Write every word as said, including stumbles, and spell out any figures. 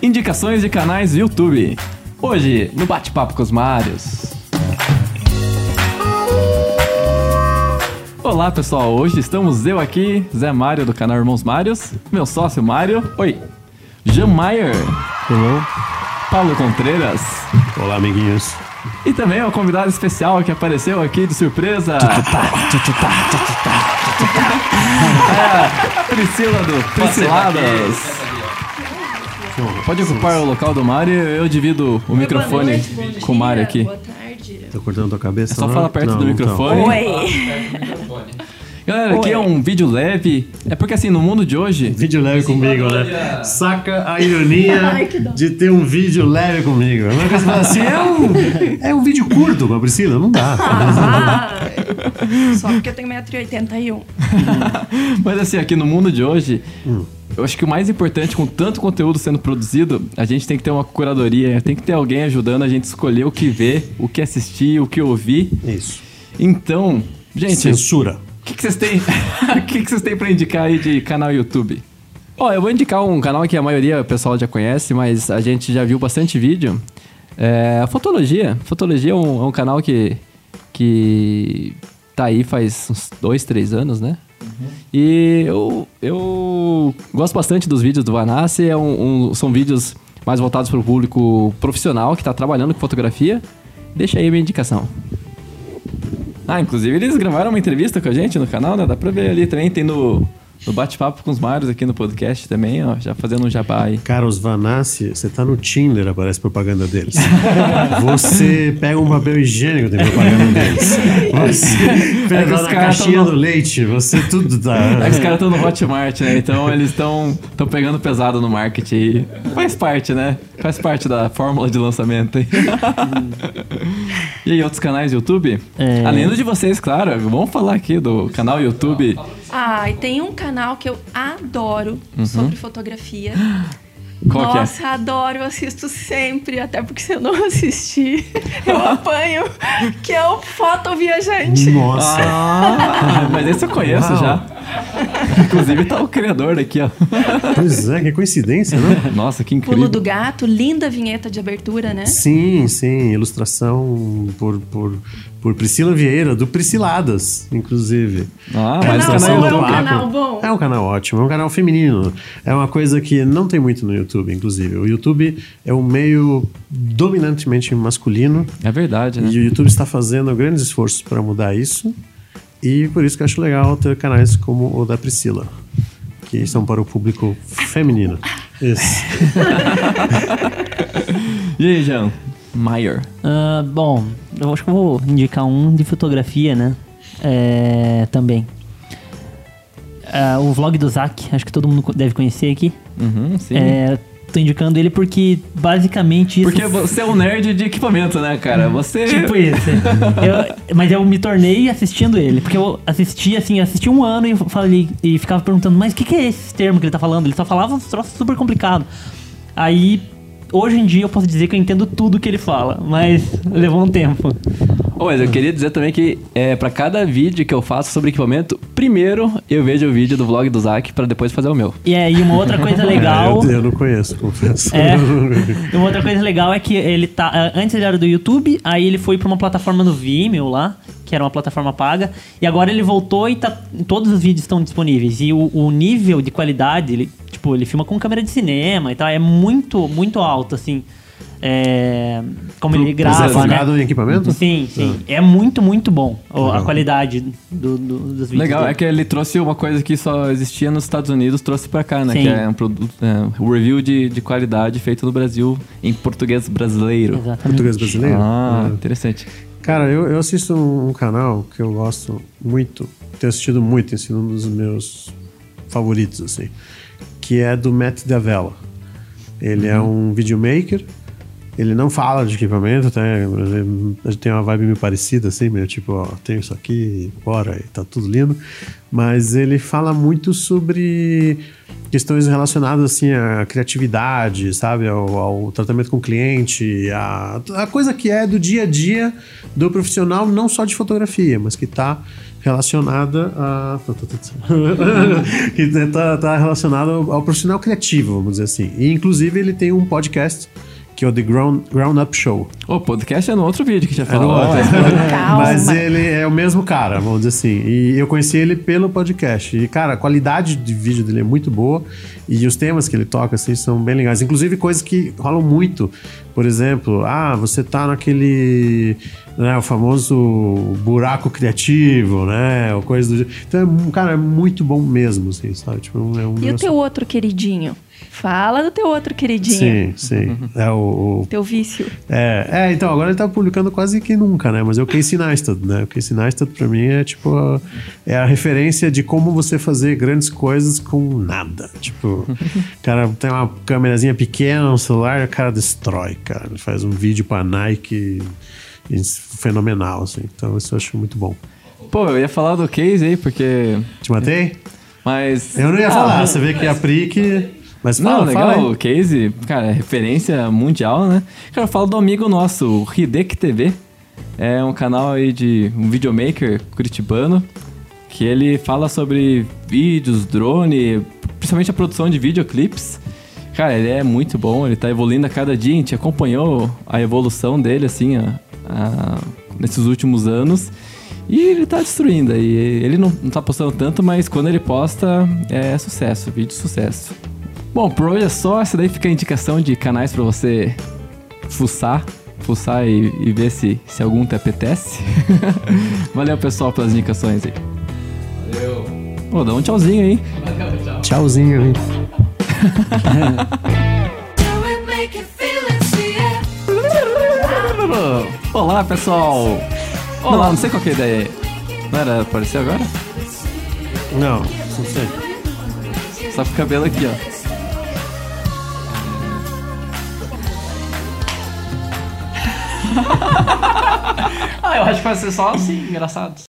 indicações de canais do YouTube. Hoje, no Bate-Papo com os Mários. Olá pessoal, hoje estamos eu aqui, Zé Mário do canal Irmãos Mários, meu sócio Mário, oi, Jean Maier, hello, Paulo Contreras. Olá, amiguinhos. E também o convidado especial que apareceu aqui de surpresa. É, Priscila do Prisciladas. Pode ocupar o local do Mário, eu divido o microfone noite, bom dia, com o Mário aqui. Boa tarde. Tô cortando tua cabeça? É só não? falar perto não, do microfone. Então. Oi. Galera, aqui Oi. é um vídeo leve. É porque assim, no mundo de hoje... Vídeo leve comigo, né? Saca a ironia Ai, que dó. de ter um vídeo leve comigo. Uma coisa fala assim, é um, é um vídeo curto com a Priscila, não dá. Ah, só porque eu tenho um metro e oitenta e um. Mas assim, aqui no mundo de hoje... Hum. Eu acho que o mais importante, com tanto conteúdo sendo produzido, a gente tem que ter uma curadoria, tem que ter alguém ajudando a gente a escolher o que ver, o que assistir, o que ouvir. Isso. Então, gente... Censura. O que, que vocês têm? O que, que vocês têm pra indicar aí de canal YouTube? Ó, eu vou indicar um canal que a maioria do pessoal já conhece, mas a gente já viu bastante vídeo. É a Fotologia. Fotologia é um, é um canal que, que tá aí faz uns dois, três anos, né? Uhum. E eu, eu gosto bastante dos vídeos do Vanassi. É um, um, são vídeos mais voltados para o público profissional que tá trabalhando com fotografia. Deixa aí a minha indicação. Ah, inclusive eles gravaram uma entrevista com a gente no canal, né? Dá pra ver ali também, tem no, no Bate-Papo com os Mários aqui no podcast também, ó. Já fazendo um jabá aí. Cara, os Vanassi, você tá no Tinder, aparece propaganda deles. Você pega um papel higiênico, tem propaganda deles. Você pega É lá na caixinha no... do leite, você tudo tá... É que os caras estão no Hotmart, né? Então eles estão pegando pesado no marketing aí. Faz parte, né? Faz parte da fórmula de lançamento aí. E aí, outros canais do YouTube? É... Além do de vocês, claro. Vamos falar aqui do canal YouTube. Ah, e tem um canal que eu adoro Uhum. sobre fotografia. Qual que é? Nossa, adoro, eu assisto sempre, até porque se eu não assistir, eu apanho, que é o Foto Viajante. Nossa. Ah, mas esse eu conheço Uau. já. Inclusive tá o criador daqui, ó. Pois é, que coincidência, né? Nossa, que incrível. Pulo do Gato, linda vinheta de abertura, né? Sim, sim, ilustração por, por, por Priscila Vieira, do Prisciladas, inclusive. Ah, Canal mas o bom, canal é um YouTube... canal bom. É um canal ótimo, é um canal feminino. É uma coisa que não tem muito no YouTube, inclusive. O YouTube é um meio dominantemente masculino. É verdade, né? E o YouTube está fazendo grandes esforços para mudar isso. E por isso que eu acho legal ter canais como o da Priscila, que são para o público feminino. Isso. E aí, Jean? Maier. Uh, bom, eu acho que eu vou indicar um de fotografia, né? É, também. Uh, o vlog do Zac, acho que todo mundo deve conhecer aqui. Uhum, sim. É, tô indicando ele porque basicamente isso... Porque você é um nerd de equipamento, né, cara? Você... Tipo isso. Eu, mas eu me tornei assistindo ele. Porque eu assisti, assim, assisti um ano e eu falei, e ficava perguntando, mas o que, que é esse termo que ele tá falando? Ele só falava uns troços super complicados. Aí, hoje em dia, eu posso dizer que eu entendo tudo que ele fala, mas levou um tempo. Oh, mas eu queria dizer também que é, pra cada vídeo que eu faço sobre equipamento, primeiro eu vejo o vídeo do vlog do Zac pra depois fazer o meu. E aí, uma outra coisa legal... É, eu, eu não conheço, confesso. É. E uma outra coisa legal é que ele tá... Antes ele era do YouTube, aí ele foi pra uma plataforma no Vimeo lá, que era uma plataforma paga, e agora ele voltou e tá, todos os vídeos estão disponíveis. E o, o nível de qualidade, ele, tipo, ele filma com câmera de cinema e tal, é muito, muito alto, assim. É, como ele grava, focado né? em equipamento? Sim, sim. É muito, muito bom a qualidade do, do, dos vídeos. Legal, dele. é que ele trouxe uma coisa que só existia nos Estados Unidos, trouxe pra cá, né? Sim. Que é um produto, é, um review de, de qualidade feito no Brasil em português brasileiro. Exatamente. Português brasileiro? Ah, É. interessante. Cara, eu, eu assisto um, um canal que eu gosto muito, tenho assistido muito, tem sido um dos meus favoritos, assim, que é do Matt D'Avella. Ele é um videomaker, ele não fala de equipamento, tá? A gente tem uma vibe meio parecida, assim, meio tipo, ó, tenho isso aqui, bora, e tá tudo lindo. Mas ele fala muito sobre questões relacionadas, assim, à criatividade, sabe? Ao, ao tratamento com o cliente, a, a coisa que é do dia a dia do profissional, não só de fotografia, mas que tá relacionada a... que tá, tá relacionada ao, ao profissional criativo, vamos dizer assim. E, inclusive, ele tem um podcast que é o The Ground, Ground Up Show. O podcast é no outro vídeo que já É no falou. outro. Calma. Mas ele é o mesmo cara, vamos dizer assim. E eu conheci ele pelo podcast. E, cara, a qualidade de vídeo dele é muito boa. E os temas que ele toca, assim, são bem legais. Inclusive, coisas que rolam muito. Por exemplo, ah, você tá naquele... Né, o famoso buraco criativo, né? Ou coisa do... Então, é, cara, é muito bom mesmo, assim, sabe? Tipo, é um E o teu outro queridinho? Fala do teu outro queridinho. Sim, sim. É o... o... Teu vício. É, é, então, agora ele tá publicando quase que nunca, né? Mas é o Casey Neistat, né? O Casey Neistat, pra mim, é tipo... A, é a referência de como você fazer grandes coisas com nada. Tipo, o cara tem uma câmerazinha pequena no celular, o cara destrói, cara. Ele faz um vídeo pra Nike e, fenomenal, assim. Então, isso eu acho muito bom. Pô, eu ia falar do case aí, porque... Te matei? Mas... Eu não ia Ah, falar, você vê que a Pri que... Mas Não, fala, legal, fala aí. o case, cara, é referência mundial, né? Cara, eu falo do amigo nosso, o Hideki T V. É um canal aí de um videomaker curitibano, que ele fala sobre vídeos, drone, principalmente a produção de videoclipes. Cara, ele é muito bom, ele tá evoluindo a cada dia, a gente acompanhou a evolução dele, assim, a, a, nesses últimos anos. E ele tá destruindo aí. Ele não, não tá postando tanto, mas quando ele posta, é sucesso, vídeo sucesso. Bom, por hoje é só. Essa daí fica a indicação de canais pra você fuçar, fuçar e, e ver se, se algum te apetece. Valeu, pessoal, pelas indicações aí. Valeu. Pô, dá um tchauzinho aí. Valeu, tchau. Tchauzinho aí. Olá, pessoal. Olá, não sei qual que é a ideia aí. Não era aparecer agora? Não, não sei. Só com o cabelo aqui, ó. Ah, eu acho que vai ser só assim, engraçado.